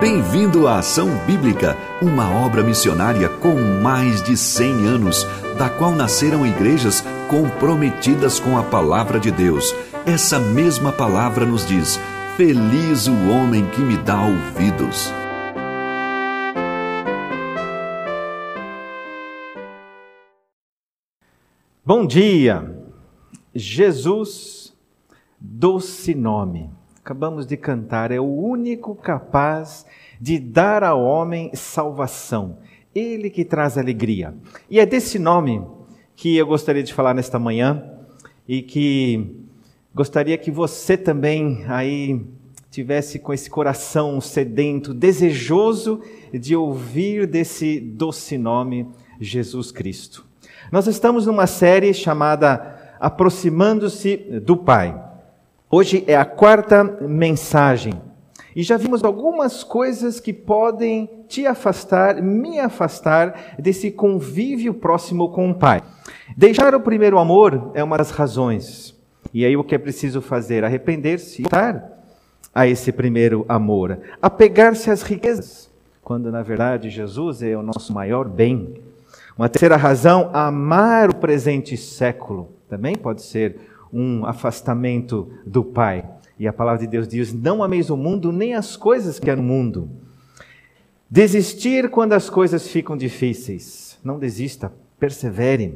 Bem-vindo à Ação Bíblica, uma obra missionária com mais de 100 anos, da qual nasceram igrejas comprometidas com a Palavra de Deus. Essa mesma palavra nos diz: feliz o homem que me dá ouvidos. Bom dia! Jesus, doce nome. Acabamos de cantar, é o único capaz de dar ao homem salvação. Ele que traz alegria. E é desse nome que eu gostaria de falar nesta manhã e que gostaria que você também aí tivesse com esse coração sedento, desejoso de ouvir desse doce nome, Jesus Cristo. Nós estamos numa série chamada Aproximando-se do Pai. Hoje é a quarta mensagem. E já vimos algumas coisas que podem te afastar, me afastar desse convívio próximo com o Pai. Deixar o primeiro amor é uma das razões. E aí o que é preciso fazer? Arrepender-se e voltar a esse primeiro amor. Apegar-se às riquezas, quando na verdade Jesus é o nosso maior bem. Uma terceira razão, amar o presente século. Também pode ser um afastamento do Pai. E a palavra de Deus diz: não ameis o mundo, nem as coisas que há no mundo. Desistir quando as coisas ficam difíceis. Não desista, persevere.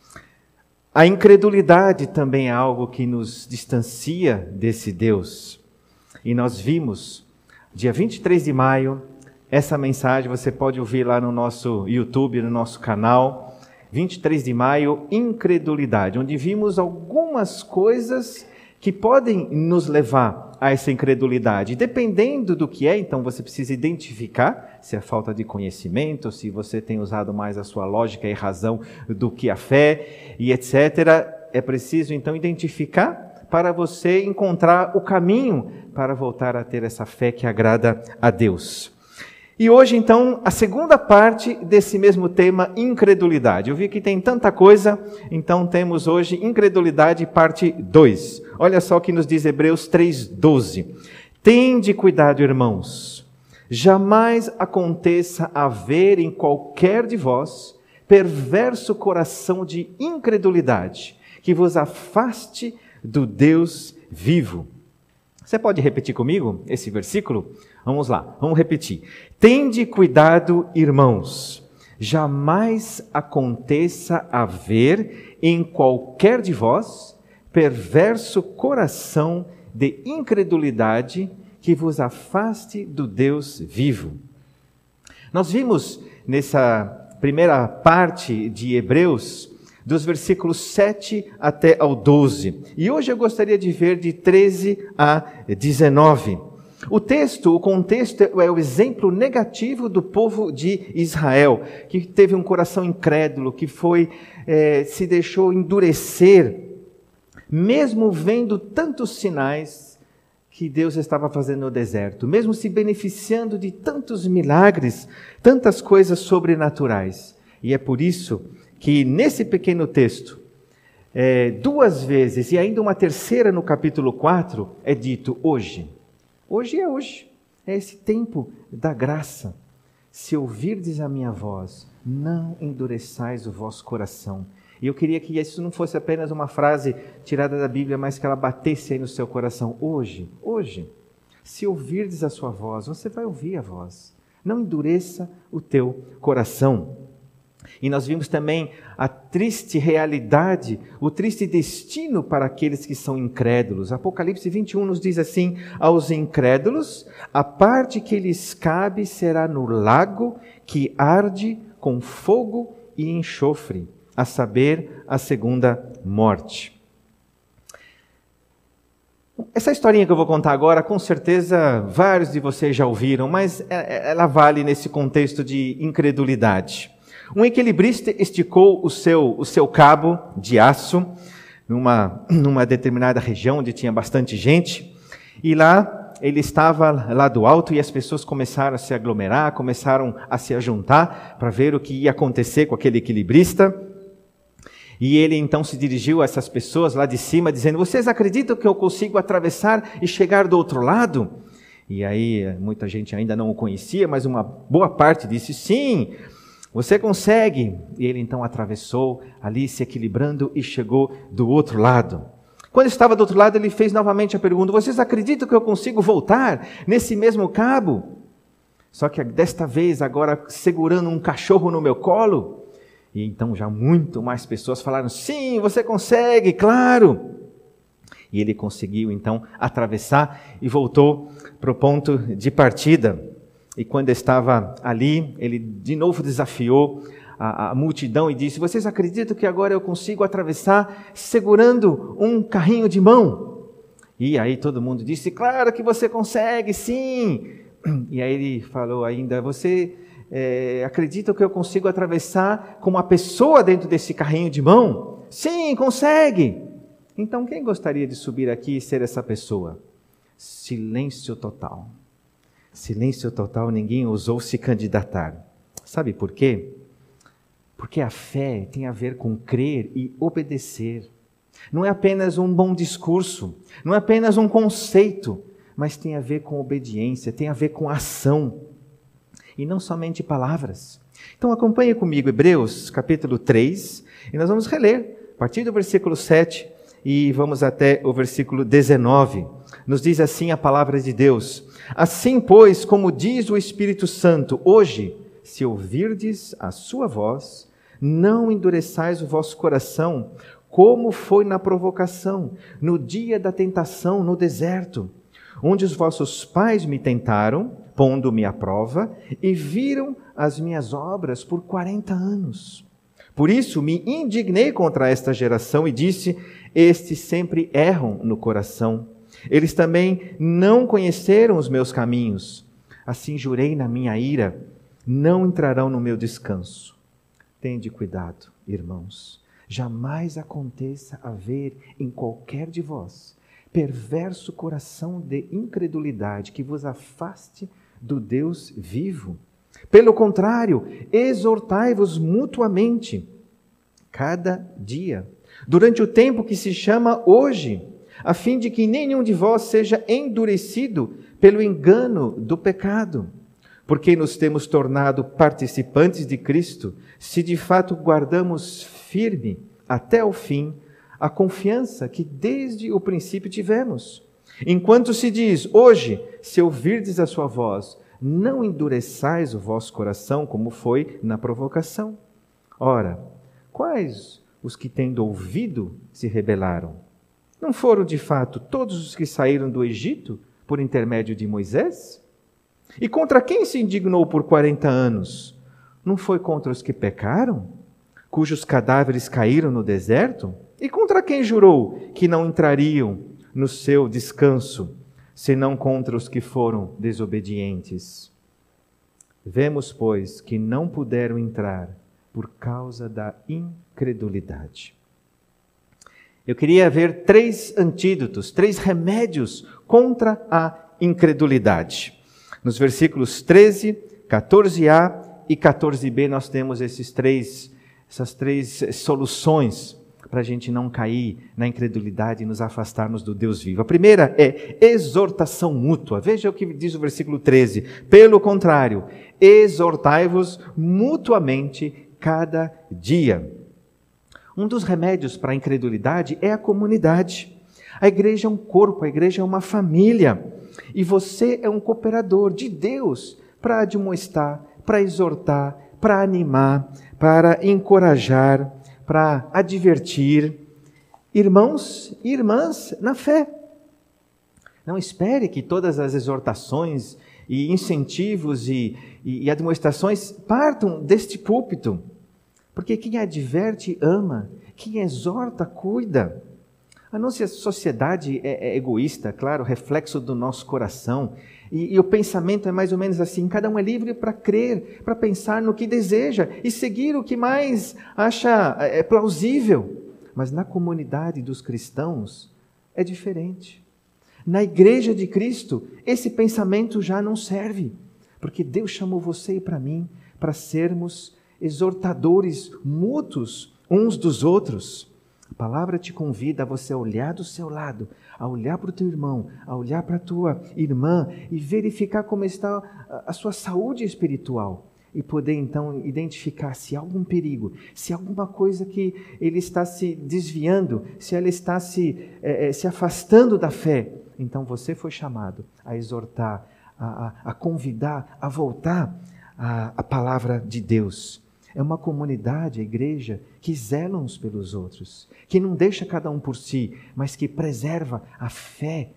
A incredulidade também é algo que nos distancia desse Deus. E nós vimos, dia 23 de maio, essa mensagem você pode ouvir lá no nosso YouTube, no nosso canal. 23 de maio, incredulidade, onde vimos algumas coisas que podem nos levar a essa incredulidade. Dependendo do que é, então você precisa identificar se é falta de conhecimento, se você tem usado mais a sua lógica e razão do que a fé, e etc. É preciso então identificar para você encontrar o caminho para voltar a ter essa fé que agrada a Deus. E hoje, então, a segunda parte desse mesmo tema, incredulidade. Eu vi que tem tanta coisa, então temos hoje incredulidade, parte 2. Olha só o que nos diz Hebreus 3:12. Tende cuidado, irmãos, jamais aconteça haver em qualquer de vós perverso coração de incredulidade, que vos afaste do Deus vivo. Você pode repetir comigo esse versículo? Vamos lá, vamos repetir. Tende cuidado, irmãos, jamais aconteça haver em qualquer de vós perverso coração de incredulidade que vos afaste do Deus vivo. Nós vimos nessa primeira parte de Hebreus, dos versículos 7 até ao 12. E hoje eu gostaria de ver de 13 a 19. O contexto é o exemplo negativo do povo de Israel, que teve um coração incrédulo, que se deixou endurecer, mesmo vendo tantos sinais que Deus estava fazendo no deserto, mesmo se beneficiando de tantos milagres, tantas coisas sobrenaturais. E é por isso que nesse pequeno texto, 2 vezes, e ainda uma terceira no capítulo 4, é dito hoje. Hoje é hoje, é esse tempo da graça. Se ouvirdes a minha voz, não endureçais o vosso coração. E eu queria que isso não fosse apenas uma frase tirada da Bíblia, mas que ela batesse aí no seu coração. Hoje, se ouvirdes a sua voz, você vai ouvir a voz. Não endureça o teu coração. E nós vimos também a triste realidade, o triste destino para aqueles que são incrédulos. Apocalipse 21 nos diz assim: aos incrédulos, a parte que lhes cabe será no lago que arde com fogo e enxofre, a saber, a segunda morte. Essa historinha que eu vou contar agora, com certeza vários de vocês já ouviram, mas ela vale nesse contexto de incredulidade. Um equilibrista esticou o seu cabo de aço numa determinada região onde tinha bastante gente, e lá ele estava lá do alto e as pessoas começaram a se aglomerar, começaram a se ajuntar para ver o que ia acontecer com aquele equilibrista. E ele então se dirigiu a essas pessoas lá de cima, dizendo: vocês acreditam que eu consigo atravessar e chegar do outro lado? E aí muita gente ainda não o conhecia, mas uma boa parte disse: sim, você consegue. E ele então atravessou ali, se equilibrando, e chegou do outro lado. Quando estava do outro lado, ele fez novamente a pergunta: vocês acreditam que eu consigo voltar nesse mesmo cabo? Só que desta vez, agora segurando um cachorro no meu colo. E então já muito mais pessoas falaram: sim, você consegue, claro. E ele conseguiu então atravessar e voltou para o ponto de partida. E quando estava ali, ele de novo desafiou a multidão e disse: vocês acreditam que agora eu consigo atravessar segurando um carrinho de mão? E aí todo mundo disse: claro que você consegue, sim. E aí ele falou ainda: você acredita que eu consigo atravessar com uma pessoa dentro desse carrinho de mão? Sim, consegue. Então quem gostaria de subir aqui e ser essa pessoa? Silêncio total. Silêncio total, ninguém ousou se candidatar. Sabe por quê? Porque a fé tem a ver com crer e obedecer. Não é apenas um bom discurso, não é apenas um conceito, mas tem a ver com obediência, tem a ver com ação. E não somente palavras. Então acompanhe comigo Hebreus capítulo 3, e nós vamos reler, a partir do versículo 7, e vamos até o versículo 19. Nos diz assim a palavra de Deus: assim, pois, como diz o Espírito Santo, hoje, se ouvirdes a sua voz, não endureçais o vosso coração, como foi na provocação, no dia da tentação no deserto, onde os vossos pais me tentaram, pondo-me à prova, e viram as minhas obras por 40 anos. Por isso me indignei contra esta geração e disse: estes sempre erram no coração. Eles também não conheceram os meus caminhos. Assim jurei na minha ira: não entrarão no meu descanso. Tende cuidado, irmãos. Jamais aconteça haver em qualquer de vós perverso coração de incredulidade que vos afaste do Deus vivo. Pelo contrário, exortai-vos mutuamente, cada dia, durante o tempo que se chama hoje, a fim de que nenhum de vós seja endurecido pelo engano do pecado. Porque nos temos tornado participantes de Cristo, se de fato guardamos firme até o fim a confiança que desde o princípio tivemos. Enquanto se diz: hoje, se ouvirdes a sua voz, não endureçais o vosso coração, como foi na provocação. Ora, quais os que, tendo ouvido, se rebelaram? Não foram, de fato, todos os que saíram do Egito por intermédio de Moisés? E contra quem se indignou por 40 anos? Não foi contra os que pecaram, cujos cadáveres caíram no deserto? E contra quem jurou que não entrariam no seu descanso, senão contra os que foram desobedientes? Vemos, pois, que não puderam entrar por causa da incredulidade. Eu queria ver 3 antídotos, 3 remédios contra a incredulidade. Nos versículos 13, 14a e 14b nós temos essas três soluções para a gente não cair na incredulidade e nos afastarmos do Deus vivo. A primeira é exortação mútua. Veja o que diz o versículo 13. Pelo contrário, exortai-vos mutuamente cada dia. Um dos remédios para a incredulidade é a comunidade. A igreja é um corpo, a igreja é uma família. E você é um cooperador de Deus para admoestar, para exortar, para animar, para encorajar, para advertir irmãos e irmãs na fé. Não espere que todas as exortações e incentivos e admoestações partam deste púlpito. Porque quem adverte, ama. Quem exorta, cuida. A nossa sociedade é egoísta, claro, reflexo do nosso coração. E o pensamento é mais ou menos assim: cada um é livre para crer, para pensar no que deseja e seguir o que mais acha plausível. Mas na comunidade dos cristãos é diferente. Na igreja de Cristo, esse pensamento já não serve. Porque Deus chamou você e para mim para sermos exortadores mútuos uns dos outros. palavra te convida a você olhar do seu lado, a olhar para o teu irmão, a olhar para a tua irmã e verificar como está a sua saúde espiritual. E poder então identificar se há algum perigo, se há alguma coisa que ele está se desviando, se ela está se afastando da fé. Então você foi chamado a exortar, a convidar, a voltar à palavra de Deus. É uma comunidade, a igreja, que zela uns pelos outros, que não deixa cada um por si, mas que preserva a fé,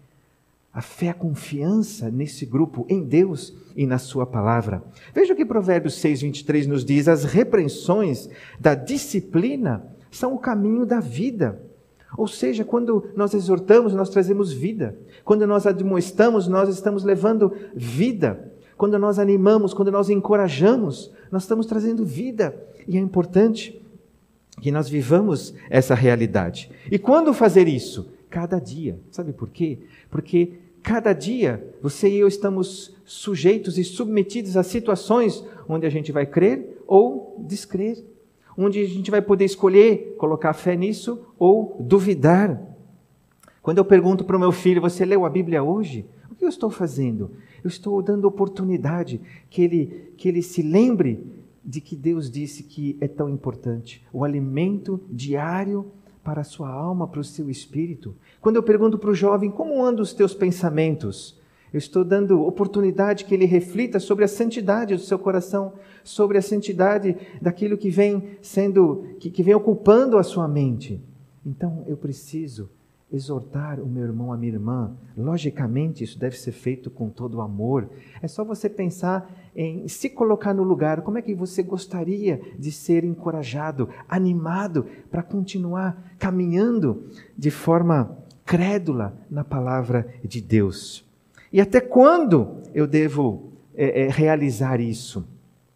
a confiança nesse grupo, em Deus e na sua palavra. Veja o que Provérbios 6:23 nos diz: as repreensões da disciplina são o caminho da vida. Ou seja, quando nós exortamos, nós trazemos vida. Quando nós admoestamos, nós estamos levando vida. Quando nós animamos, quando nós encorajamos, nós estamos trazendo vida. E é importante que nós vivamos essa realidade. E quando fazer isso? Cada dia. Sabe por quê? Porque cada dia você e eu estamos sujeitos e submetidos a situações onde a gente vai crer ou descrer. Onde a gente vai poder escolher colocar fé nisso ou duvidar. Quando eu pergunto para o meu filho: você leu a Bíblia hoje? O que eu estou fazendo? Eu estou dando oportunidade que ele se lembre de que Deus disse que é tão importante. O alimento diário para a sua alma, para o seu espírito. Quando eu pergunto para o jovem: como andam os teus pensamentos? Eu estou dando oportunidade que ele reflita sobre a santidade do seu coração, sobre a santidade daquilo que vem que vem ocupando a sua mente. Então eu preciso exortar o meu irmão, a minha irmã. Logicamente, isso deve ser feito com todo o amor. É só você pensar em se colocar no lugar. Como é que você gostaria de ser encorajado, animado para continuar caminhando de forma crédula na palavra de Deus? E até quando eu devo realizar isso?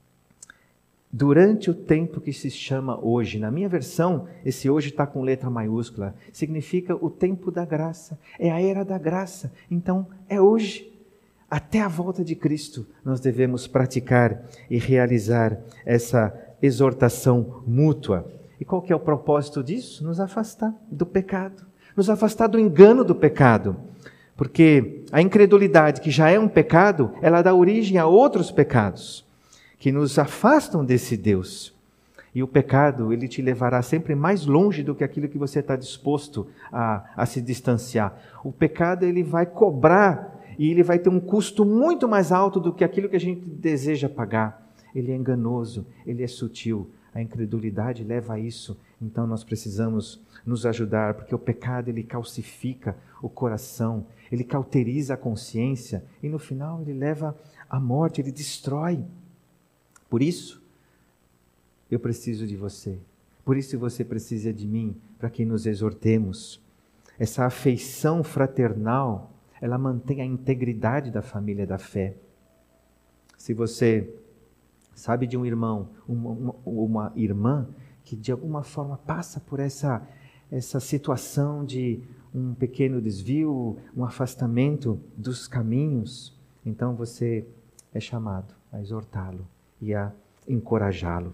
Durante o tempo que se chama hoje. Na minha versão, esse hoje está com letra maiúscula. Significa o tempo da graça. É a era da graça. Então, é hoje. Até a volta de Cristo, nós devemos praticar e realizar essa exortação mútua. E qual que é o propósito disso? Nos afastar do pecado. Nos afastar do engano do pecado. Porque a incredulidade, que já é um pecado, ela dá origem a outros pecados que nos afastam desse Deus. E o pecado, ele te levará sempre mais longe do que aquilo que você está disposto a se distanciar. O pecado, ele vai cobrar e ele vai ter um custo muito mais alto do que aquilo que a gente deseja pagar. Ele é enganoso, ele é sutil. A incredulidade leva a isso. Então nós precisamos nos ajudar, porque o pecado, ele calcifica o coração, ele cauteriza a consciência e no final ele leva à morte, ele destrói. Por isso, eu preciso de você. Por isso você precisa de mim, para que nos exortemos. Essa afeição fraternal, ela mantém a integridade da família da fé. Se você sabe de um irmão, uma irmã, que de alguma forma passa por essa situação de um pequeno desvio, um afastamento dos caminhos, então você é chamado a exortá-lo e a encorajá-lo.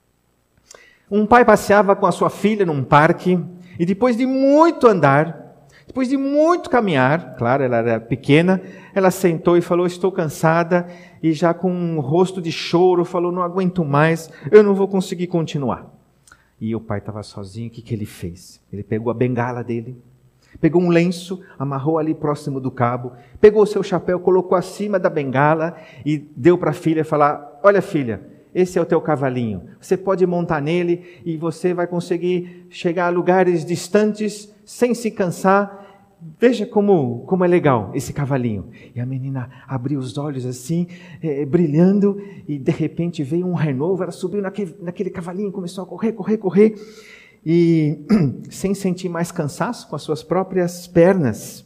Um pai passeava com a sua filha num parque e depois de muito andar, depois de muito caminhar, claro, ela era pequena, ela sentou e falou: estou cansada, e já com um rosto de choro falou: não aguento mais, eu não vou conseguir continuar. E o pai estava sozinho. O que ele fez? Ele pegou a bengala dele, pegou um lenço, amarrou ali próximo do cabo, pegou o seu chapéu, colocou acima da bengala e deu para a filha falar: olha, filha, esse é o teu cavalinho, você pode montar nele e você vai conseguir chegar a lugares distantes sem se cansar. Veja como é legal esse cavalinho. E a menina abriu os olhos assim, brilhando, e de repente veio um renovo, ela subiu naquele cavalinho, começou a correr, e sem sentir mais cansaço com as suas próprias pernas.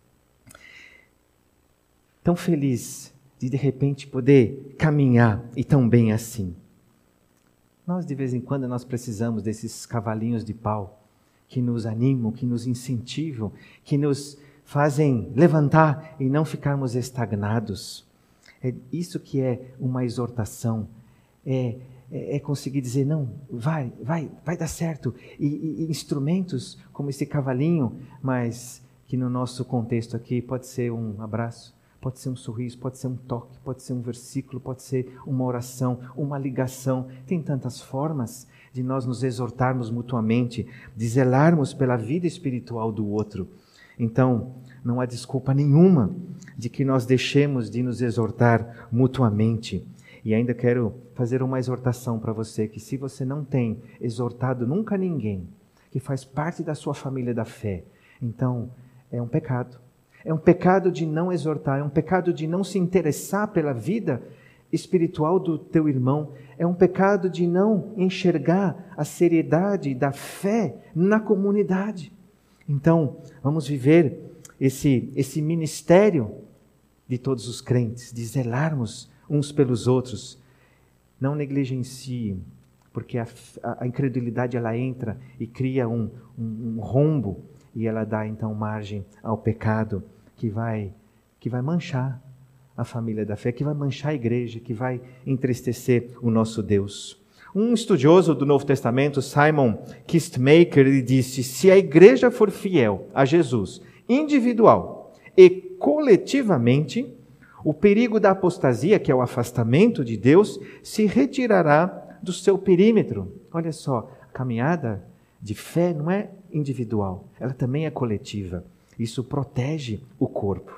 Tão feliz de repente poder caminhar e tão bem assim. Nós de vez em quando nós precisamos desses cavalinhos de pau que nos animam, que nos incentivam, que nos fazem levantar e não ficarmos estagnados. É isso que é uma exortação, é é conseguir dizer, não, vai dar certo. E instrumentos como esse cavalinho, mas que no nosso contexto aqui pode ser um abraço, pode ser um sorriso, pode ser um toque, pode ser um versículo, pode ser uma oração, uma ligação. Tem tantas formas de nós nos exortarmos mutuamente, de zelarmos pela vida espiritual do outro. Então, não há desculpa nenhuma de que nós deixemos de nos exortar mutuamente. E ainda quero fazer uma exortação para você, que se você não tem exortado nunca ninguém que faz parte da sua família da fé, então é um pecado. É um pecado de não exortar, é um pecado de não se interessar pela vida espiritual do teu irmão, é um pecado de não enxergar a seriedade da fé na comunidade. Então, vamos viver esse ministério de todos os crentes, de zelarmos uns pelos outros. Não negligencie, porque a incredulidade ela entra e cria um rombo, e ela dá então margem ao pecado que vai manchar a família da fé, que vai manchar a igreja, que vai entristecer o nosso Deus. Um estudioso do Novo Testamento, Simon Kistemaker, ele disse: se a igreja for fiel a Jesus, individual e coletivamente, o perigo da apostasia, que é o afastamento de Deus, se retirará do seu perímetro. Olha só, a caminhada de fé não é individual, ela também é coletiva. Isso protege o corpo.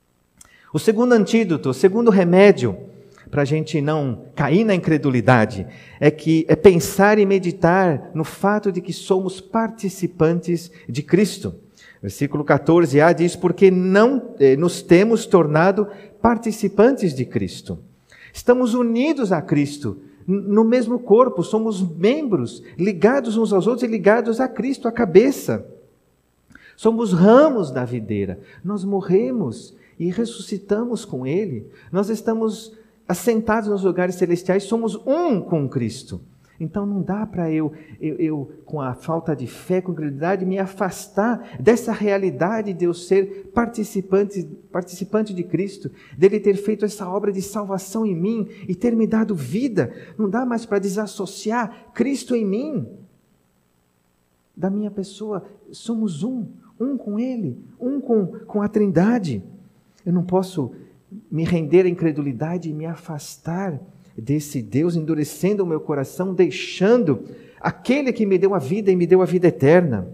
O segundo antídoto, o segundo remédio para a gente não cair na incredulidade é pensar e meditar no fato de que somos participantes de Cristo. Versículo 14a diz: porque não nos temos tornado participantes de Cristo. Estamos unidos a Cristo, no mesmo corpo, somos membros, ligados uns aos outros e ligados a Cristo, a cabeça. Somos ramos da videira, nós morremos e ressuscitamos com Ele. Nós estamos assentados nos lugares celestiais, somos um com Cristo. Então não dá para eu, com a falta de fé, com incredulidade, me afastar dessa realidade de eu ser participante de Cristo, dele ter feito essa obra de salvação em mim e ter me dado vida. Não dá mais para desassociar Cristo em mim da minha pessoa. Somos um com Ele, um com a Trindade. Eu não posso me render à incredulidade e me afastar desse Deus, endurecendo o meu coração, deixando aquele que me deu a vida e me deu a vida eterna.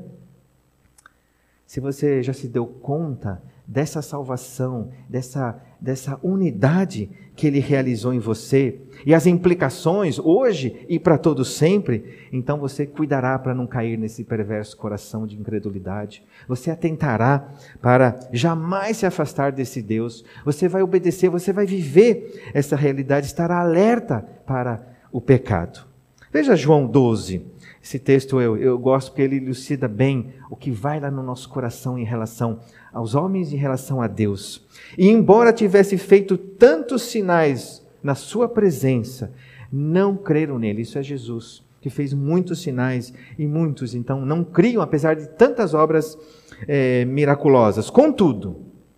Se você já se deu conta dessa salvação, dessa unidade que Ele realizou em você, e as implicações hoje e para todo sempre, então você cuidará para não cair nesse perverso coração de incredulidade. Você atentará para jamais se afastar desse Deus. Você vai obedecer, você vai viver essa realidade, estará alerta para o pecado. Veja João 12. Esse texto eu gosto porque ele elucida bem o que vai lá no nosso coração em relação aos homens, em relação a Deus. E embora tivesse feito tantos sinais na sua presença, não creram nele. Isso é Jesus, que fez muitos sinais e muitos, então, não criam, apesar de tantas obras miraculosas. Contudo,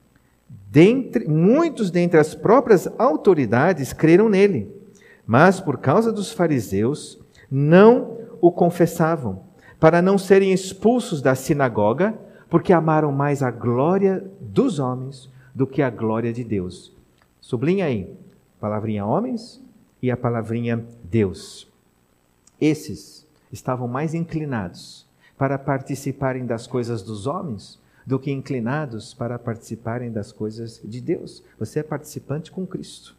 muitos dentre as próprias autoridades creram nele, mas por causa dos fariseus não o confessavam, para não serem expulsos da sinagoga, porque amaram mais a glória dos homens do que a glória de Deus. Sublinha aí, palavrinha homens e a palavrinha Deus. Esses estavam mais inclinados para participarem das coisas dos homens do que inclinados para participarem das coisas de Deus. Você é participante com Cristo.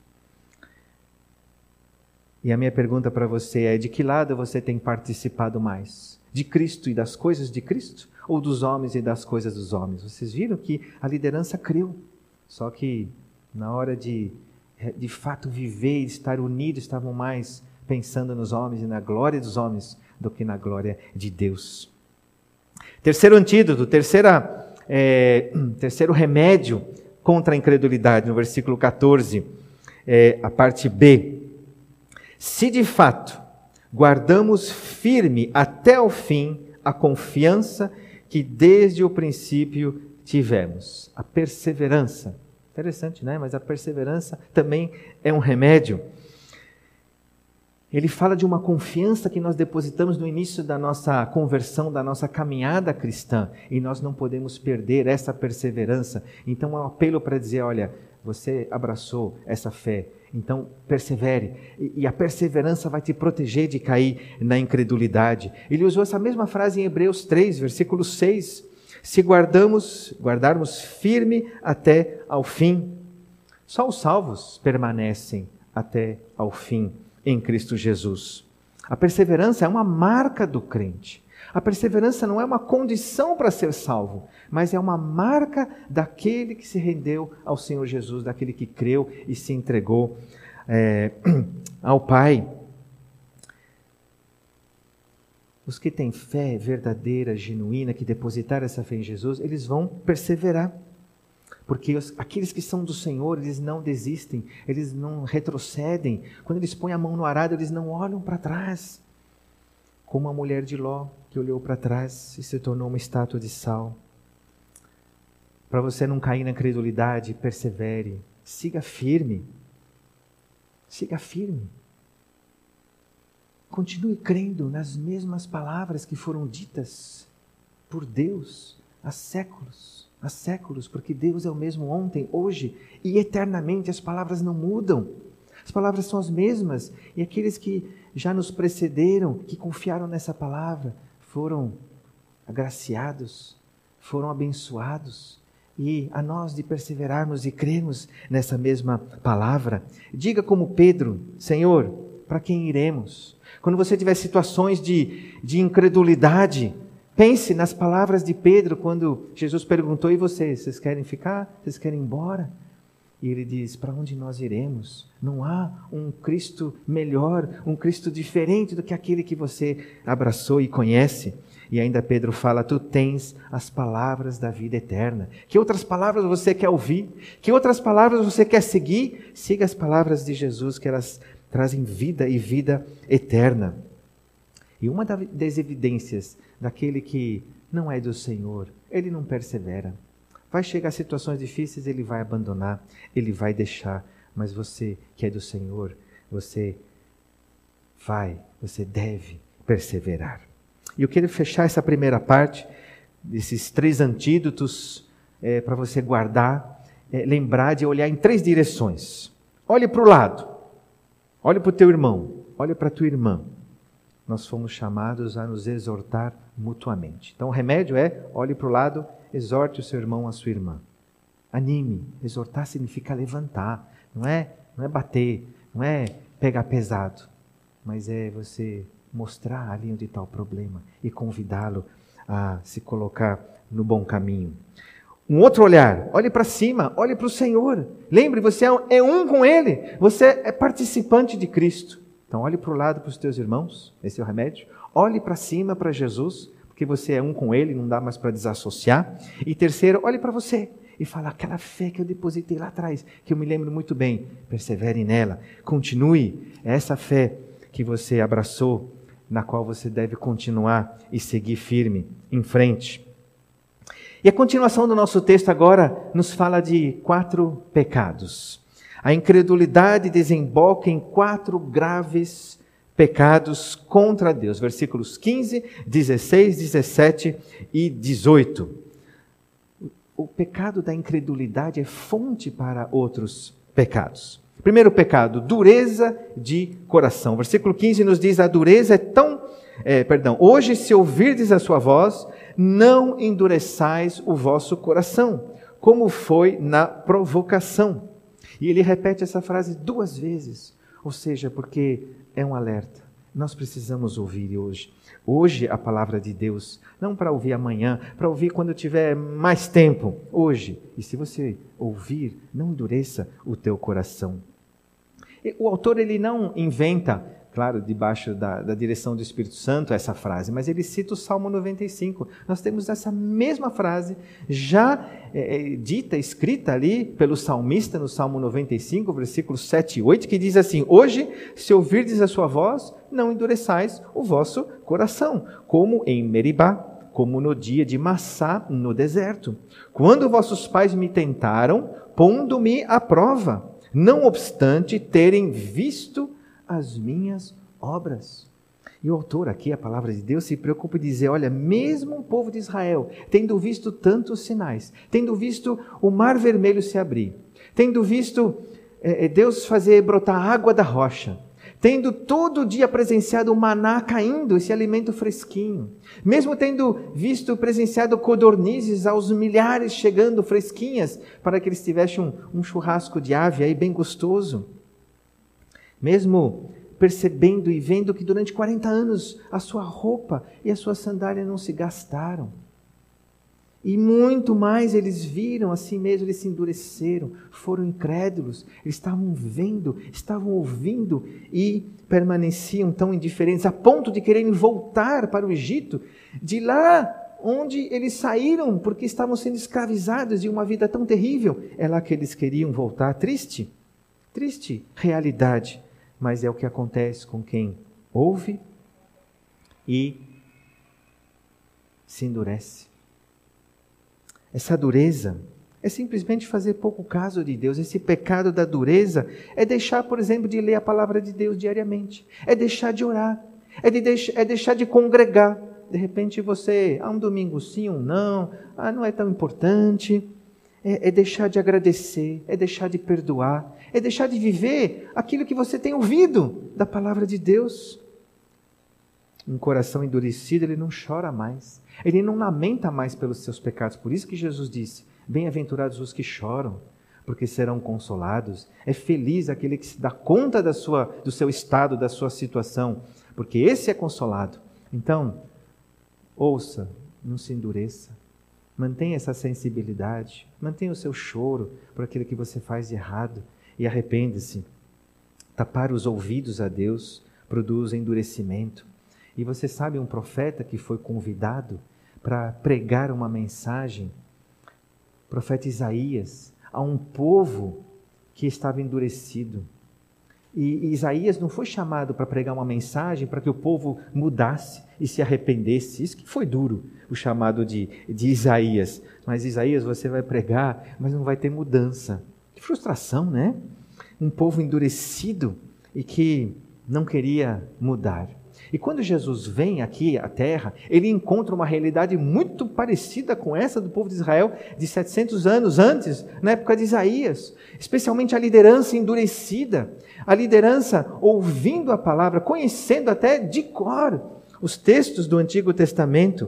E a minha pergunta para você é: de que lado você tem participado mais? De Cristo e das coisas de Cristo? Ou dos homens e das coisas dos homens? Vocês viram que a liderança creu. Só que na hora de fato viver e estar unidos, estavam mais pensando nos homens e na glória dos homens do que na glória de Deus. Terceiro antídoto, terceiro remédio contra a incredulidade, no versículo 14, a parte B. Se de fato guardamos firme até o fim a confiança que desde o princípio tivemos. A perseverança. Interessante, né? Mas a perseverança também é um remédio. Ele fala de uma confiança que nós depositamos no início da nossa conversão, da nossa caminhada cristã, e nós não podemos perder essa perseverança. Então, é um apelo para dizer, olha, você abraçou essa fé, então persevere, e a perseverança vai te proteger de cair na incredulidade. Ele usou essa mesma frase em Hebreus 3, versículo 6, se guardarmos firme até ao fim. Só os salvos permanecem até ao fim em Cristo Jesus. A perseverança é uma marca do crente. A perseverança não é uma condição para ser salvo, mas é uma marca daquele que se rendeu ao Senhor Jesus, daquele que creu e se entregou ao Pai. Os que têm fé verdadeira, genuína, que depositaram essa fé em Jesus, eles vão perseverar. Porque aqueles que são do Senhor, eles não desistem, eles não retrocedem. Quando eles põem a mão no arado, eles não olham para trás. Como a mulher de Ló, que olhou para trás e se tornou uma estátua de sal. Para você não cair na incredulidade, persevere. Siga firme. Siga firme. Continue crendo nas mesmas palavras que foram ditas por Deus há séculos. Há séculos, porque Deus é o mesmo ontem, hoje e eternamente. As palavras não mudam. As palavras são as mesmas. E aqueles que já nos precederam, que confiaram nessa palavra, foram agraciados, foram abençoados. E a nós de perseverarmos e crermos nessa mesma palavra. Diga como Pedro, Senhor, para quem iremos? Quando você tiver situações de incredulidade, pense nas palavras de Pedro, quando Jesus perguntou, e vocês querem ficar? Vocês querem ir embora? E ele diz, para onde nós iremos? Não há um Cristo melhor, um Cristo diferente do que aquele que você abraçou e conhece. E ainda Pedro fala, tu tens as palavras da vida eterna. Que outras palavras você quer ouvir? Que outras palavras você quer seguir? Siga as palavras de Jesus, que elas trazem vida e vida eterna. E uma das evidências daquele que não é do Senhor, ele não persevera. Vai chegar a situações difíceis, ele vai abandonar, ele vai deixar. Mas você que é do Senhor, você deve perseverar. E eu quero fechar essa primeira parte, desses 3 antídotos, para você guardar, lembrar de olhar em 3 direções. Olhe para o lado, olhe para o teu irmão, olhe para a tua irmã. Nós fomos chamados a nos exortar mutuamente. Então o remédio é, olhe para o lado, exorte o seu irmão, a sua irmã. Anime. Exortar significa levantar. Não é bater, não é pegar pesado. Mas é você mostrar ali onde está o problema e convidá-lo a se colocar no bom caminho. Um outro olhar, olhe para cima, olhe para o Senhor. Lembre, você é um com Ele. Você é participante de Cristo. Então olhe para o lado para os teus irmãos, esse é o remédio. Olhe para cima para Jesus, porque você é um com Ele, não dá mais para desassociar. E terceiro, olhe para você e fala, aquela fé que eu depositei lá atrás, que eu me lembro muito bem, persevere nela, continue essa fé que você abraçou, na qual você deve continuar e seguir firme em frente. E a continuação do nosso texto agora nos fala de 4 pecados. A incredulidade desemboca em 4 graves pecados contra Deus. Versículos 15, 16, 17 e 18. O pecado da incredulidade é fonte para outros pecados. Primeiro pecado, dureza de coração. Versículo 15 nos diz, a dureza é tão... hoje se ouvirdes a sua voz, não endureçais o vosso coração, como foi na provocação. E ele repete essa frase 2 vezes, ou seja, porque é um alerta. Nós precisamos ouvir hoje. Hoje a palavra de Deus, não para ouvir amanhã, para ouvir quando tiver mais tempo, hoje. E se você ouvir, não endureça o teu coração. E o autor ele não inventa, claro, debaixo da direção do Espírito Santo, essa frase, mas ele cita o Salmo 95. Nós temos essa mesma frase já dita, escrita ali pelo salmista no Salmo 95, versículos 7 e 8, que diz assim, hoje, se ouvirdes a sua voz, não endureçais o vosso coração, como em Meribá, como no dia de Massá, no deserto. Quando vossos pais me tentaram, pondo-me à prova, não obstante terem visto as minhas obras. E o autor aqui, a palavra de Deus, se preocupa em dizer, olha, mesmo o povo de Israel, tendo visto tantos sinais, tendo visto o mar vermelho se abrir, tendo visto Deus fazer brotar água da rocha, tendo todo dia presenciado o maná caindo, esse alimento fresquinho, mesmo tendo presenciado codornizes aos milhares chegando fresquinhas, para que eles tivessem um churrasco de ave aí bem gostoso, mesmo percebendo e vendo que durante 40 anos a sua roupa e a sua sandália não se gastaram. E muito mais eles viram, assim mesmo eles se endureceram, foram incrédulos, eles estavam vendo, estavam ouvindo e permaneciam tão indiferentes, a ponto de quererem voltar para o Egito, de lá onde eles saíram, porque estavam sendo escravizados de uma vida tão terrível. É lá que eles queriam voltar. Triste realidade. Mas é o que acontece com quem ouve e se endurece. Essa dureza é simplesmente fazer pouco caso de Deus. Esse pecado da dureza é deixar, por exemplo, de ler a palavra de Deus diariamente. É deixar de orar. É deixar de congregar. De repente você, um domingo sim, um não, não é tão importante. É deixar de agradecer, é deixar de perdoar, é deixar de viver aquilo que você tem ouvido da palavra de Deus. Um coração endurecido, ele não chora mais, ele não lamenta mais pelos seus pecados. Por isso que Jesus disse, bem-aventurados os que choram, porque serão consolados. É feliz aquele que se dá conta do seu estado, da sua situação, porque esse é consolado. Então, ouça, não se endureça. Mantenha essa sensibilidade, mantenha o seu choro por aquilo que você faz de errado e arrependa-se. Tapar os ouvidos a Deus produz endurecimento. E você sabe um profeta que foi convidado para pregar uma mensagem, o profeta Isaías, a um povo que estava endurecido. E Isaías não foi chamado para pregar uma mensagem para que o povo mudasse e se arrependesse. Isso que foi duro, o chamado de Isaías. Mas Isaías, você vai pregar, mas não vai ter mudança. Que frustração, né? Um povo endurecido e que não queria mudar. E quando Jesus vem aqui à terra, ele encontra uma realidade muito parecida com essa do povo de Israel de 700 anos antes, na época de Isaías. Especialmente a liderança endurecida, a liderança ouvindo a palavra, conhecendo até de cor os textos do Antigo Testamento,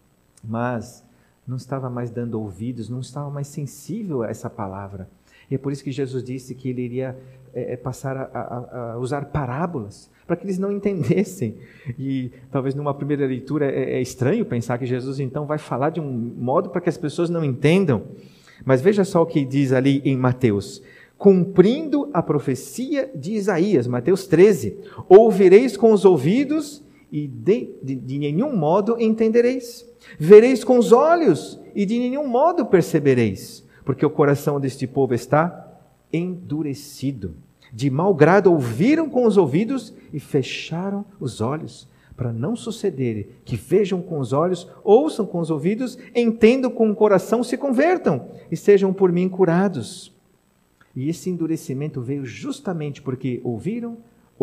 mas não estava mais dando ouvidos, não estava mais sensível a essa palavra. E é por isso que Jesus disse que ele iria passar a usar parábolas, para que eles não entendessem. E talvez numa primeira leitura é estranho pensar que Jesus então vai falar de um modo para que as pessoas não entendam. Mas veja só o que diz ali em Mateus. Cumprindo a profecia de Isaías, Mateus 13. Ouvireis com os ouvidos e de nenhum modo entendereis. Vereis com os olhos e de nenhum modo percebereis. Porque o coração deste povo está endurecido. De mau grado ouviram com os ouvidos e fecharam os olhos, para não suceder que vejam com os olhos, ouçam com os ouvidos, entendam com o coração, se convertam e sejam por mim curados. E esse endurecimento veio justamente porque ouviram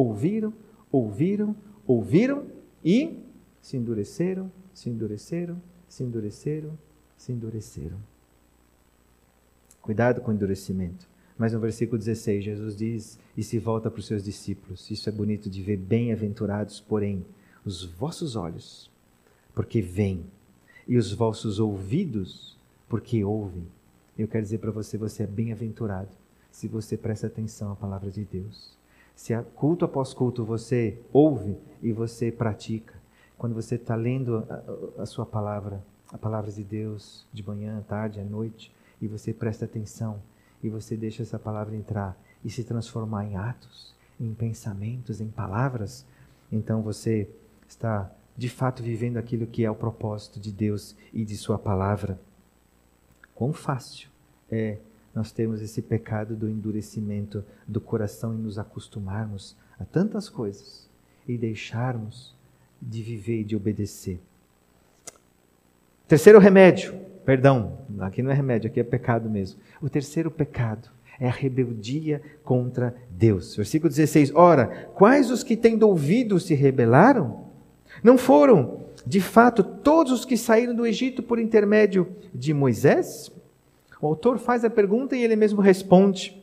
e se endureceram. Cuidado com o endurecimento. Mas no versículo 16, Jesus diz, e se volta para os seus discípulos, isso é bonito de ver, bem-aventurados, porém, os vossos olhos, porque veem, e os vossos ouvidos, porque ouvem. Eu quero dizer para você, você é bem-aventurado, se você presta atenção à palavra de Deus. Se culto após culto você ouve e você pratica, quando você está lendo a sua palavra, a palavra de Deus, de manhã, à tarde, à noite, e você presta atenção, e você deixa essa palavra entrar e se transformar em atos, em pensamentos, em palavras, então você está de fato vivendo aquilo que é o propósito de Deus e de sua palavra. Quão fácil é nós termos esse pecado do endurecimento do coração e nos acostumarmos a tantas coisas e deixarmos de viver e de obedecer. Terceiro remédio. Perdão, aqui não é remédio, aqui é pecado mesmo. O terceiro pecado É a rebeldia contra Deus. Versículo 16. Ora, quais os que tendo ouvido se rebelaram? Não foram, de fato, todos os que saíram do Egito por intermédio de Moisés? O autor faz a pergunta e ele mesmo responde.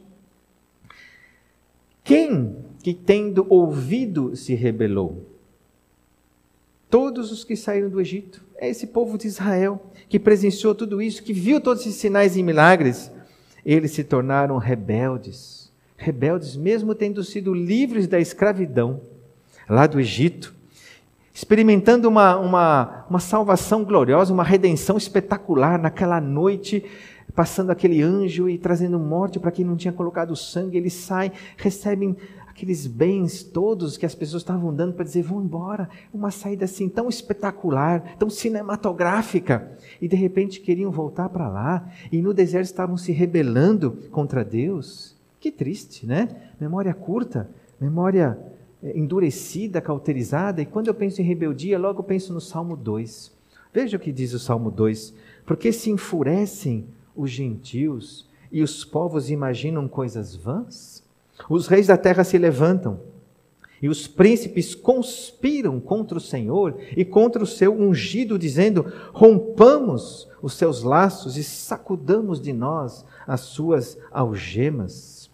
Quem que tendo ouvido se rebelou? Todos os que saíram do Egito. É esse povo de Israel que presenciou tudo isso, que viu todos esses sinais e milagres. Eles se tornaram rebeldes. Rebeldes mesmo tendo sido livres da escravidão lá do Egito. Experimentando uma salvação gloriosa, uma redenção espetacular naquela noite, passando aquele anjo e trazendo morte para quem não tinha colocado sangue. Eles saem, recebem aqueles bens todos que as pessoas estavam dando para dizer, vão embora. Uma saída assim tão espetacular, tão cinematográfica. E de repente queriam voltar para lá. E no deserto estavam se rebelando contra Deus. Que triste, né? Memória curta, memória endurecida, cauterizada. E quando eu penso em rebeldia, logo eu penso no Salmo 2. Veja o que diz o Salmo 2. Porque se enfurecem os gentios e os povos imaginam coisas vãs? Os reis da terra se levantam e os príncipes conspiram contra o Senhor e contra o seu ungido, dizendo, rompamos os seus laços e sacudamos de nós as suas algemas.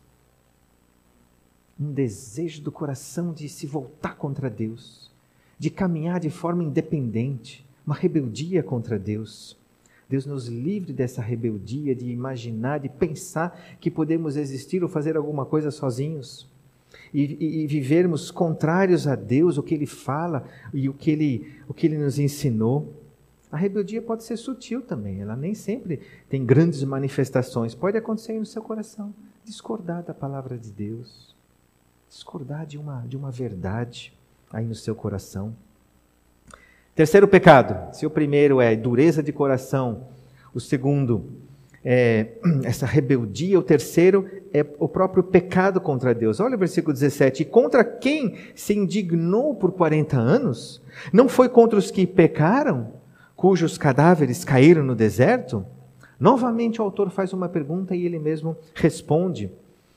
Um desejo do coração de se voltar contra Deus, de caminhar de forma independente, uma rebeldia contra Deus. Deus nos livre dessa rebeldia de imaginar, de pensar que podemos existir ou fazer alguma coisa sozinhos. E vivermos contrários a Deus, o que Ele fala e o que Ele nos ensinou. A rebeldia pode ser sutil também, ela nem sempre tem grandes manifestações. Pode acontecer no seu coração, discordar da palavra de Deus, discordar de uma verdade aí no seu coração. Terceiro pecado, se o primeiro é dureza de coração, o segundo é essa rebeldia, o terceiro é o próprio pecado contra Deus. Olha o versículo 17, e contra quem se indignou por 40 anos? Não foi contra os que pecaram, cujos cadáveres caíram no deserto? Novamente o autor faz uma pergunta e ele mesmo responde.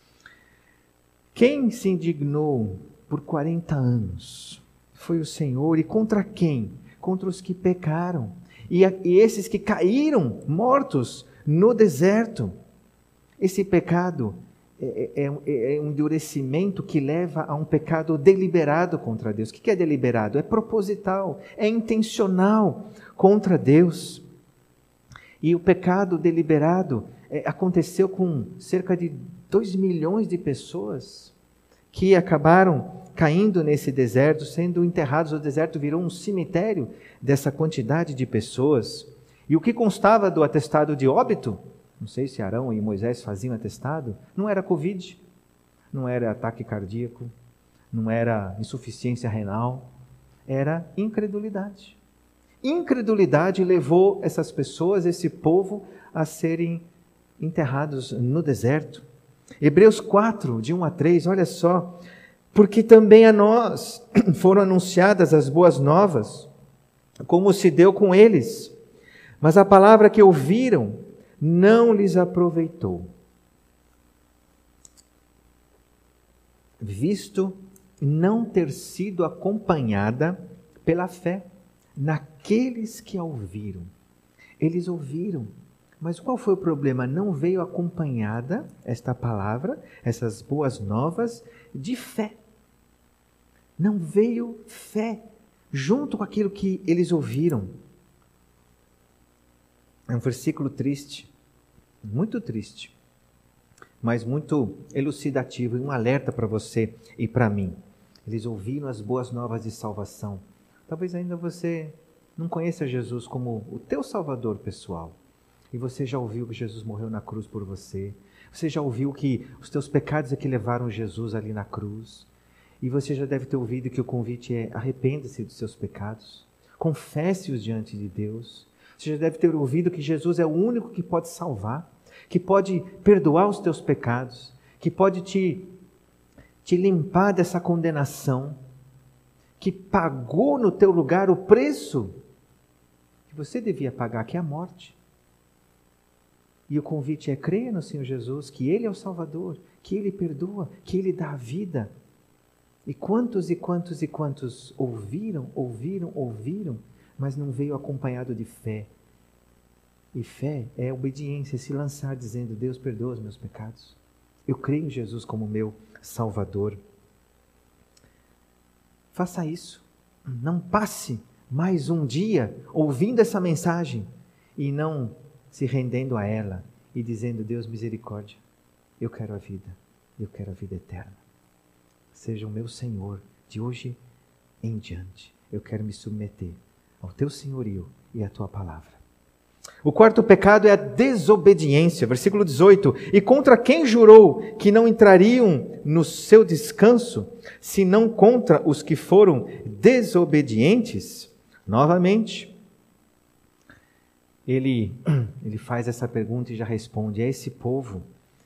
Quem se indignou por 40 anos? Foi o Senhor. E contra quem? Contra os que pecaram. E esses que caíram mortos no deserto. Esse pecado é um endurecimento que leva a um pecado deliberado contra Deus. O que é deliberado? É proposital, é intencional contra Deus. E o pecado deliberado aconteceu com cerca de 2 milhões de pessoas que acabaram caindo nesse deserto, sendo enterrados. O deserto virou um cemitério dessa quantidade de pessoas. E o que constava do atestado de óbito? Não sei se Arão e Moisés faziam atestado. Não era Covid, não era ataque cardíaco, não era insuficiência renal, era incredulidade. Incredulidade levou essas pessoas, esse povo, a serem enterrados no deserto. Hebreus 4, de 1 a 3, olha só. Porque também a nós foram anunciadas as boas novas, como se deu com eles. Mas a palavra que ouviram não lhes aproveitou, visto não ter sido acompanhada pela fé naqueles que a ouviram. Eles ouviram, mas qual foi o problema? Não veio acompanhada esta palavra, essas boas novas, de fé. Não veio fé junto com aquilo que eles ouviram. É um versículo triste, muito triste, mas muito elucidativo e um alerta para você e para mim. Eles ouviram as boas novas de salvação. Talvez ainda você não conheça Jesus como o teu Salvador pessoal. E você já ouviu que Jesus morreu na cruz por você. Você já ouviu que os teus pecados é que levaram Jesus ali na cruz. E você já deve ter ouvido que o convite é arrependa-se dos seus pecados. Confesse-os diante de Deus. Você já deve ter ouvido que Jesus é o único que pode salvar, que pode perdoar os teus pecados, que pode te limpar dessa condenação, que pagou no teu lugar o preço que você devia pagar, que é a morte. E o convite é: creia no Senhor Jesus, que Ele é o Salvador, que Ele perdoa, que Ele dá a vida. E quantos, ouviram, mas não veio acompanhado de fé. E fé é obediência, se lançar dizendo: Deus, perdoa os meus pecados. Eu creio em Jesus como meu Salvador. Faça isso. Não passe mais um dia ouvindo essa mensagem e não se rendendo a ela e dizendo: Deus, misericórdia, eu quero a vida eterna. Seja o meu Senhor de hoje em diante. Eu quero me submeter ao teu senhorio e à tua palavra. O quarto pecado é a desobediência. Versículo 18. E contra quem jurou que não entrariam no seu descanso, senão contra os que foram desobedientes? Novamente, ele faz essa pergunta e já responde: é esse povo.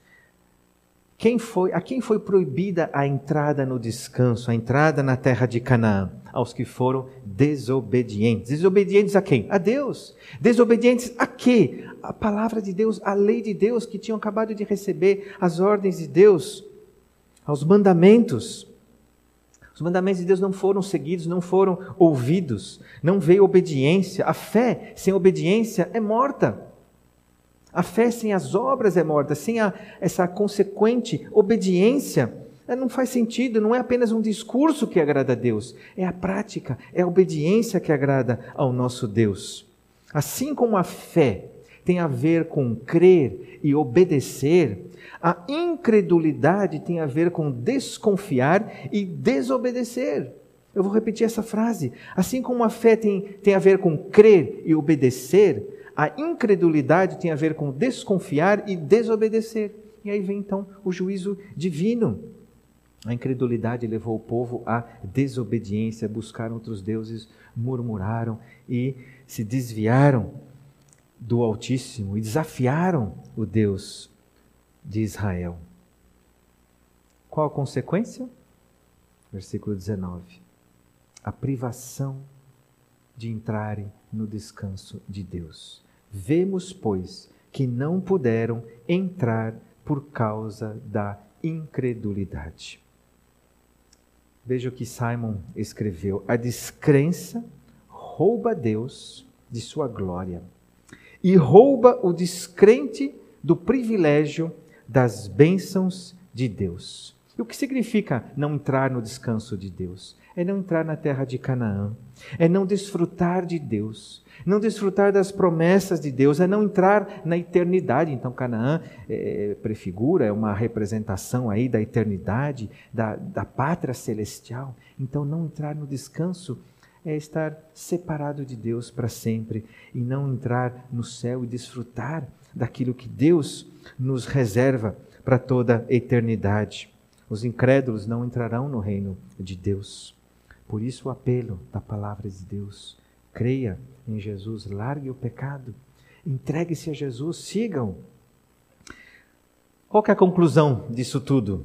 A quem foi proibida a entrada no descanso, a entrada na terra de Canaã? Aos que foram desobedientes. Desobedientes a quem? A Deus. Desobedientes a quê? A palavra de Deus, a lei de Deus, que tinham acabado de receber, as ordens de Deus, aos mandamentos. Os mandamentos de Deus não foram seguidos, não foram ouvidos, não veio obediência. A fé sem obediência é morta. A fé sem as obras é morta, sem essa consequente obediência, não faz sentido, não é apenas um discurso que agrada a Deus, é a prática, é a obediência que agrada ao nosso Deus. Assim como a fé tem a ver com crer e obedecer, a incredulidade tem a ver com desconfiar e desobedecer. Eu vou repetir essa frase. Assim como a fé tem a ver com crer e obedecer, a incredulidade tem a ver com desconfiar e desobedecer. E aí vem então o juízo divino. A incredulidade levou o povo à desobediência, buscaram outros deuses, murmuraram e se desviaram do Altíssimo e desafiaram o Deus de Israel. Qual a consequência? Versículo 19. A privação de entrarem no descanso de Deus. Vemos, pois, que não puderam entrar por causa da incredulidade. Veja o que Simon escreveu. A descrença rouba Deus de sua glória e rouba o descrente do privilégio das bênçãos de Deus. E o que significa não entrar no descanso de Deus? É não entrar na terra de Canaã, é não desfrutar de Deus, não desfrutar das promessas de Deus, é não entrar na eternidade. Então Canaã prefigura, é uma representação aí da eternidade, da pátria celestial. Então não entrar no descanso é estar separado de Deus para sempre e não entrar no céu e desfrutar daquilo que Deus nos reserva para toda a eternidade. Os incrédulos não entrarão no reino de Deus. Por isso o apelo da palavra de Deus: creia em Jesus, largue o pecado, entregue-se a Jesus, sigam. Qual que é a conclusão disso tudo?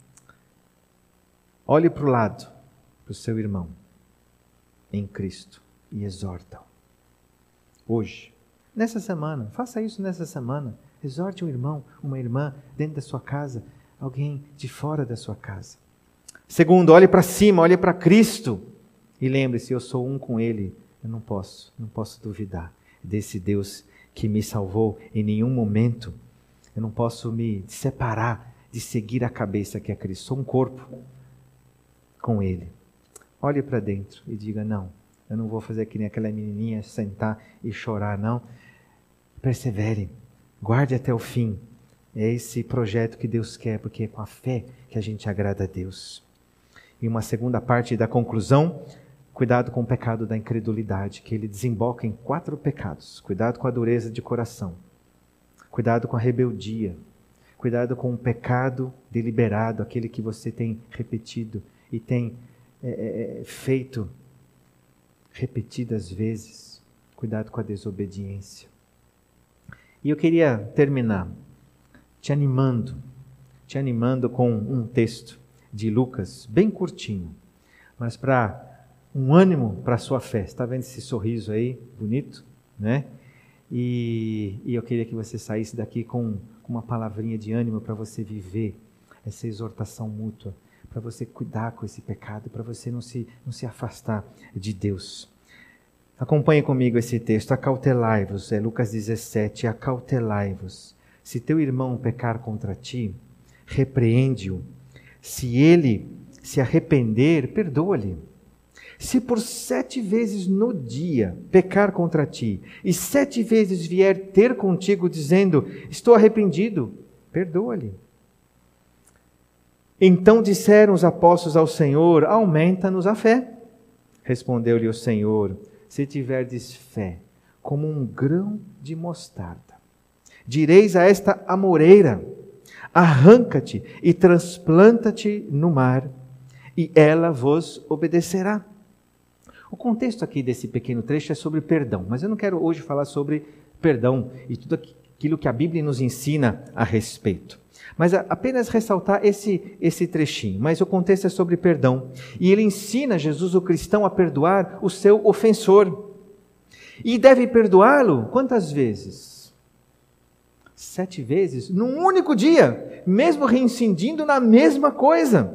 Olhe para o lado, para o seu irmão em Cristo e exorta-o. Hoje, nessa semana, faça isso nessa semana. Exorte um irmão, uma irmã dentro da sua casa, alguém de fora da sua casa. Segundo, olhe para cima, olhe para Cristo e lembre-se: eu sou um com Ele. Eu não posso duvidar desse Deus que me salvou em nenhum momento. Eu não posso me separar de seguir a cabeça que é Cristo. Sou um corpo com Ele. Olhe para dentro e diga: não, eu não vou fazer que nem aquela menininha, sentar e chorar, não. Persevere, guarde até o fim. É esse projeto que Deus quer, porque é com a fé que a gente agrada a Deus. E uma segunda parte da conclusão: cuidado com o pecado da incredulidade, que ele desemboca em 4 pecados. Cuidado com a dureza de coração. Cuidado com a rebeldia. Cuidado com o pecado deliberado, aquele que você tem repetido e tem feito repetidas vezes. Cuidado com a desobediência. E eu queria terminar te animando com um texto de Lucas, bem curtinho, mas para um ânimo para a sua fé. Está vendo esse sorriso aí, bonito, né? E eu queria que você saísse daqui com uma palavrinha de ânimo para você viver essa exortação mútua, para você cuidar com esse pecado, para você não se afastar de Deus. Acompanhe comigo esse texto. Acautelai-vos, é Lucas 17, acautelai-vos. Se teu irmão pecar contra ti, repreende-o. Se ele se arrepender, perdoa-lhe. Se por 7 vezes no dia pecar contra ti, e 7 vezes vier ter contigo dizendo, estou arrependido, perdoa-lhe. Então disseram os apóstolos ao Senhor, aumenta-nos a fé. Respondeu-lhe o Senhor, se tiverdes fé, como um grão de mostarda, direis a esta amoreira, arranca-te e transplanta-te no mar, e ela vos obedecerá. O contexto aqui desse pequeno trecho é sobre perdão, mas eu não quero hoje falar sobre perdão e tudo aquilo que a Bíblia nos ensina a respeito. Mas apenas ressaltar esse trechinho. Mas o contexto é sobre perdão. E ele ensina Jesus, o cristão, a perdoar o seu ofensor. E deve perdoá-lo quantas vezes? 7 vezes, num único dia, mesmo reincidindo na mesma coisa.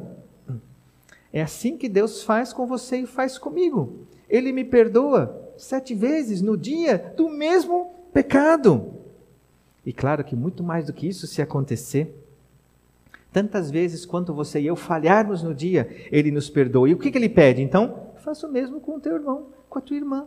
É assim que Deus faz com você e faz comigo. Ele me perdoa 7 vezes no dia do mesmo pecado. E claro que muito mais do que isso, se acontecer, tantas vezes quanto você e eu falharmos no dia, Ele nos perdoa. E o que Ele pede? Então, faça o mesmo com o teu irmão, com a tua irmã.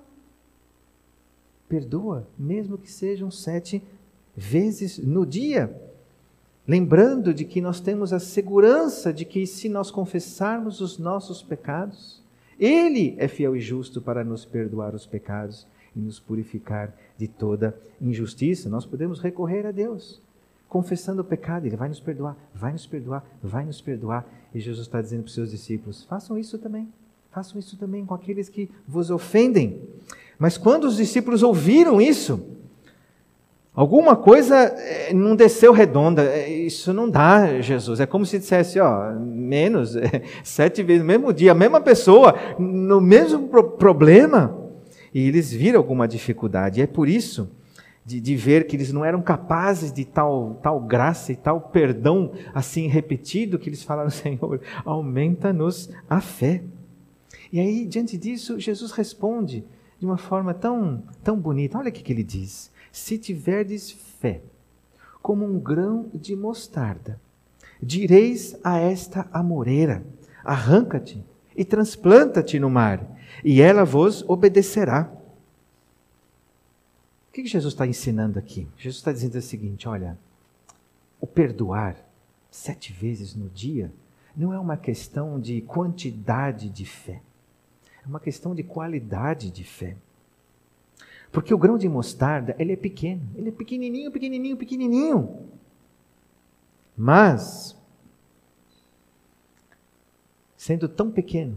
Perdoa, mesmo que sejam 7 vezes no dia. Lembrando de que nós temos a segurança de que se nós confessarmos os nossos pecados, Ele é fiel e justo para nos perdoar os pecados e nos purificar de toda injustiça. Nós podemos recorrer a Deus, confessando o pecado, Ele vai nos perdoar, vai nos perdoar, vai nos perdoar. E Jesus está dizendo para os seus discípulos, façam isso também com aqueles que vos ofendem. Mas quando os discípulos ouviram isso, alguma coisa não desceu redonda. Isso não dá, Jesus. É como se dissesse, menos, 7 vezes no mesmo dia, a mesma pessoa, no mesmo problema. E eles viram alguma dificuldade. E é por isso de ver que eles não eram capazes de tal graça e tal perdão assim repetido, que eles falaram, Senhor, aumenta-nos a fé. E aí, diante disso, Jesus responde de uma forma tão bonita. Olha o que Ele diz. Se tiverdes fé, como um grão de mostarda, direis a esta amoreira, arranca-te e transplanta-te no mar, e ela vos obedecerá. O que Jesus está ensinando aqui? Jesus está dizendo o seguinte, olha, o perdoar 7 vezes no dia não é uma questão de quantidade de fé, é uma questão de qualidade de fé. Porque o grão de mostarda, ele é pequeno. Ele é pequenininho, pequenininho, pequenininho. Mas, sendo tão pequeno,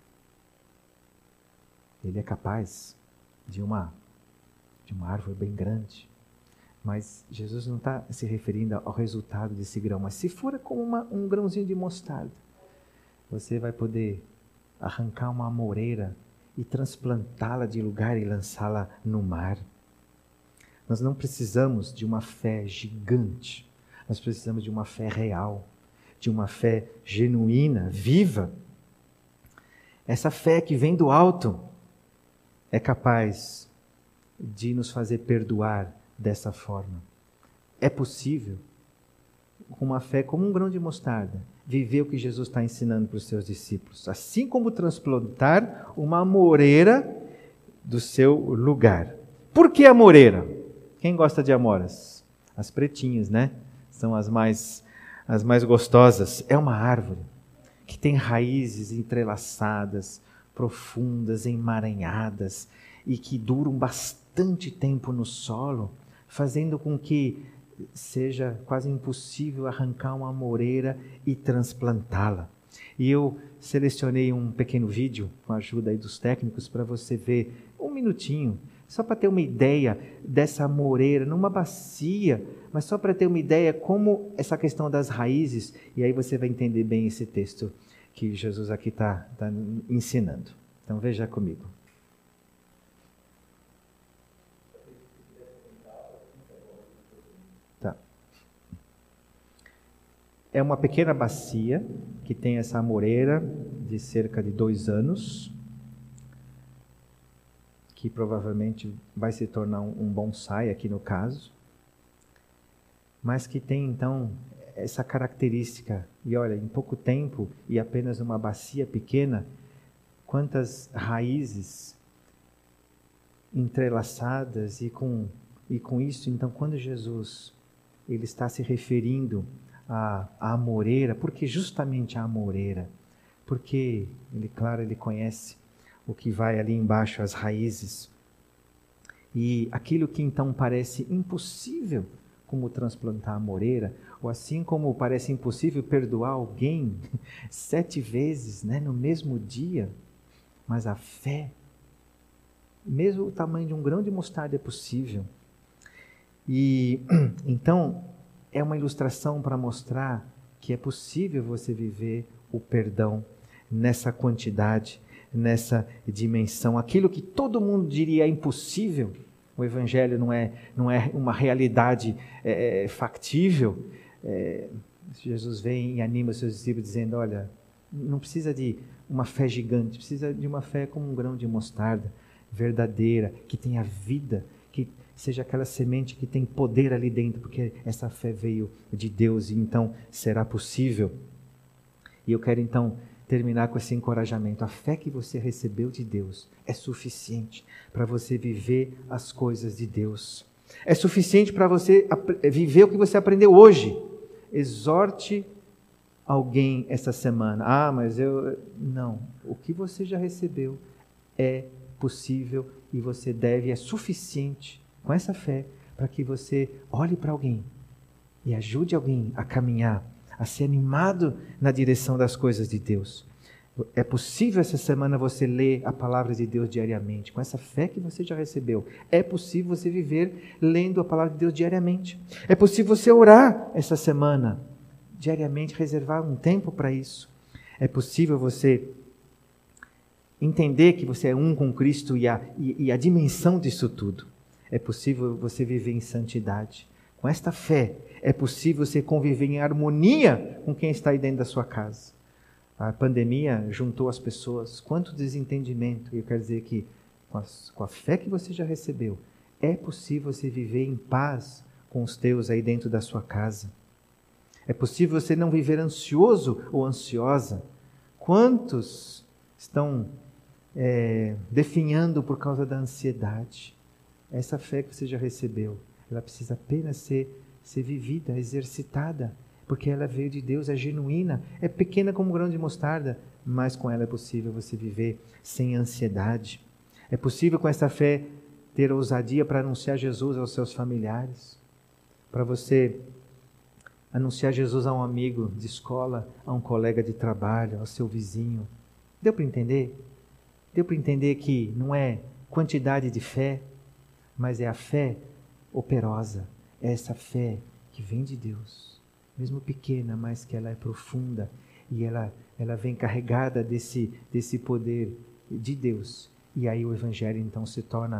ele é capaz de uma árvore bem grande. Mas Jesus não está se referindo ao resultado desse grão. Mas se for como um grãozinho de mostarda, você vai poder arrancar uma amoreira e transplantá-la de lugar e lançá-la no mar. Nós não precisamos de uma fé gigante. Nós precisamos de uma fé real, de uma fé genuína, viva. Essa fé que vem do alto é capaz de nos fazer perdoar dessa forma. É possível, com uma fé como um grão de mostarda, viver o que Jesus está ensinando para os seus discípulos. Assim como transplantar uma amoreira do seu lugar. Por que amoreira? Quem gosta de amoras? As pretinhas, né? São as mais gostosas. É uma árvore que tem raízes entrelaçadas, profundas, emaranhadas, e que duram bastante tempo no solo, fazendo com que seja quase impossível arrancar uma amoreira e transplantá-la. E eu selecionei um pequeno vídeo, com a ajuda aí dos técnicos, para você ver 1 minutinho, só para ter uma ideia dessa amoreira, numa bacia, mas só para ter uma ideia como essa questão das raízes, e aí você vai entender bem esse texto que Jesus aqui está ensinando. Então veja comigo. é uma pequena bacia que tem essa amoreira de cerca de 2 anos, que provavelmente vai se tornar um bonsai aqui no caso, mas que tem então essa característica. E olha, em pouco tempo e apenas uma bacia pequena, quantas raízes entrelaçadas e com isso, então, quando Jesus ele está se referindo à amoreira, porque justamente a amoreira, porque ele conhece o que vai ali embaixo, as raízes, e aquilo que então parece impossível, como transplantar a amoreira, ou assim como parece impossível perdoar alguém 7 vezes, né, no mesmo dia, mas a fé, mesmo o tamanho de um grão de mostarda, é possível. E então é uma ilustração para mostrar que é possível você viver o perdão nessa quantidade, nessa dimensão. Aquilo que todo mundo diria é impossível, o Evangelho não é uma realidade factível. Jesus vem e anima os seus discípulos dizendo, olha, não precisa de uma fé gigante, precisa de uma fé como um grão de mostarda, verdadeira, que tenha vida, que seja aquela semente que tem poder ali dentro, porque essa fé veio de Deus e então será possível. E eu quero então terminar com esse encorajamento. A fé que você recebeu de Deus é suficiente para você viver as coisas de Deus. É suficiente para você viver o que você aprendeu hoje. Exorte alguém essa semana. Ah, mas não. O que você já recebeu é possível e você deve, é suficiente com essa fé para que você olhe para alguém e ajude alguém a caminhar, a ser animado na direção das coisas de Deus. É possível essa semana você ler a palavra de Deus diariamente, com essa fé que você já recebeu. É possível você viver lendo a palavra de Deus diariamente. É possível você orar essa semana, diariamente, reservar um tempo para isso. É possível você entender que você é um com Cristo e a dimensão disso tudo. É possível você viver em santidade. Com esta fé, é possível você conviver em harmonia com quem está aí dentro da sua casa. A pandemia juntou as pessoas. Quanto desentendimento. E eu quero dizer que, com a fé que você já recebeu, é possível você viver em paz com os teus aí dentro da sua casa. É possível você não viver ansioso ou ansiosa. Quantos estão definhando por causa da ansiedade? Essa fé que você já recebeu, ela precisa apenas ser vivida, exercitada, porque ela veio de Deus, é genuína, é pequena como um grão de mostarda, mas com ela é possível você viver sem ansiedade. É possível com essa fé ter ousadia para anunciar Jesus aos seus familiares, para você anunciar Jesus a um amigo de escola, a um colega de trabalho, ao seu vizinho. Deu para entender? Deu para entender que não é quantidade de fé, mas é a fé operosa, é essa fé que vem de Deus, mesmo pequena, mas que ela é profunda e ela vem carregada desse poder de Deus. E aí o Evangelho então se torna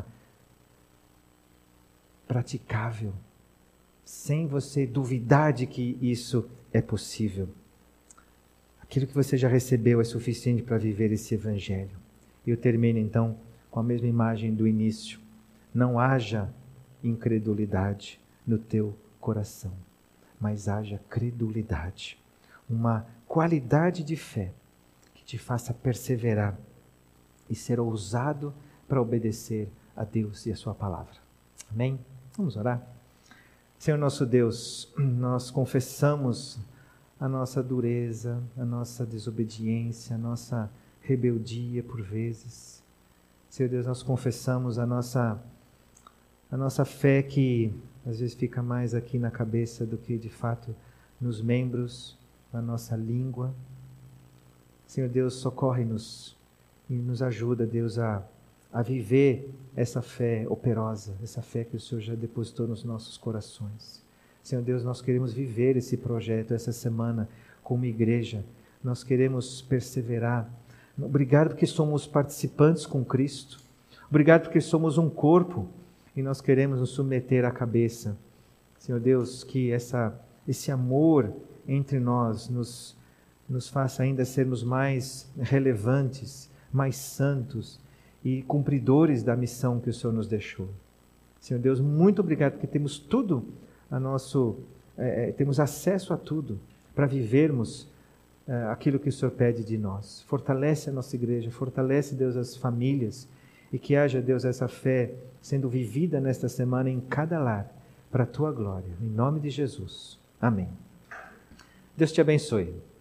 praticável, sem você duvidar de que isso é possível. Aquilo que você já recebeu é suficiente para viver esse Evangelho. E eu termino então com a mesma imagem do início. Não haja incredulidade no teu coração, mas haja credulidade. Uma qualidade de fé que te faça perseverar e ser ousado para obedecer a Deus e a sua palavra. Amém? Vamos orar? Senhor nosso Deus, nós confessamos a nossa dureza, a nossa desobediência, a nossa rebeldia por vezes. Senhor Deus, nós confessamos a nossa fé que às vezes fica mais aqui na cabeça do que de fato nos membros, na nossa língua. Senhor Deus, socorre-nos e nos ajuda, Deus, a viver essa fé operosa, essa fé que o Senhor já depositou nos nossos corações. Senhor Deus, nós queremos viver esse projeto essa semana como igreja. Nós queremos perseverar. Obrigado porque somos participantes com Cristo. Obrigado porque somos um corpo e nós queremos nos submeter à cabeça. Senhor Deus, que esse amor entre nós nos faça ainda sermos mais relevantes, mais santos e cumpridores da missão que o Senhor nos deixou. Senhor Deus, muito obrigado, porque temos tudo temos acesso a tudo para vivermos aquilo que o Senhor pede de nós. Fortalece a nossa igreja, fortalece, Deus, as famílias, e que haja, Deus, essa fé sendo vivida nesta semana em cada lar, para a Tua glória. Em nome de Jesus. Amém. Deus te abençoe.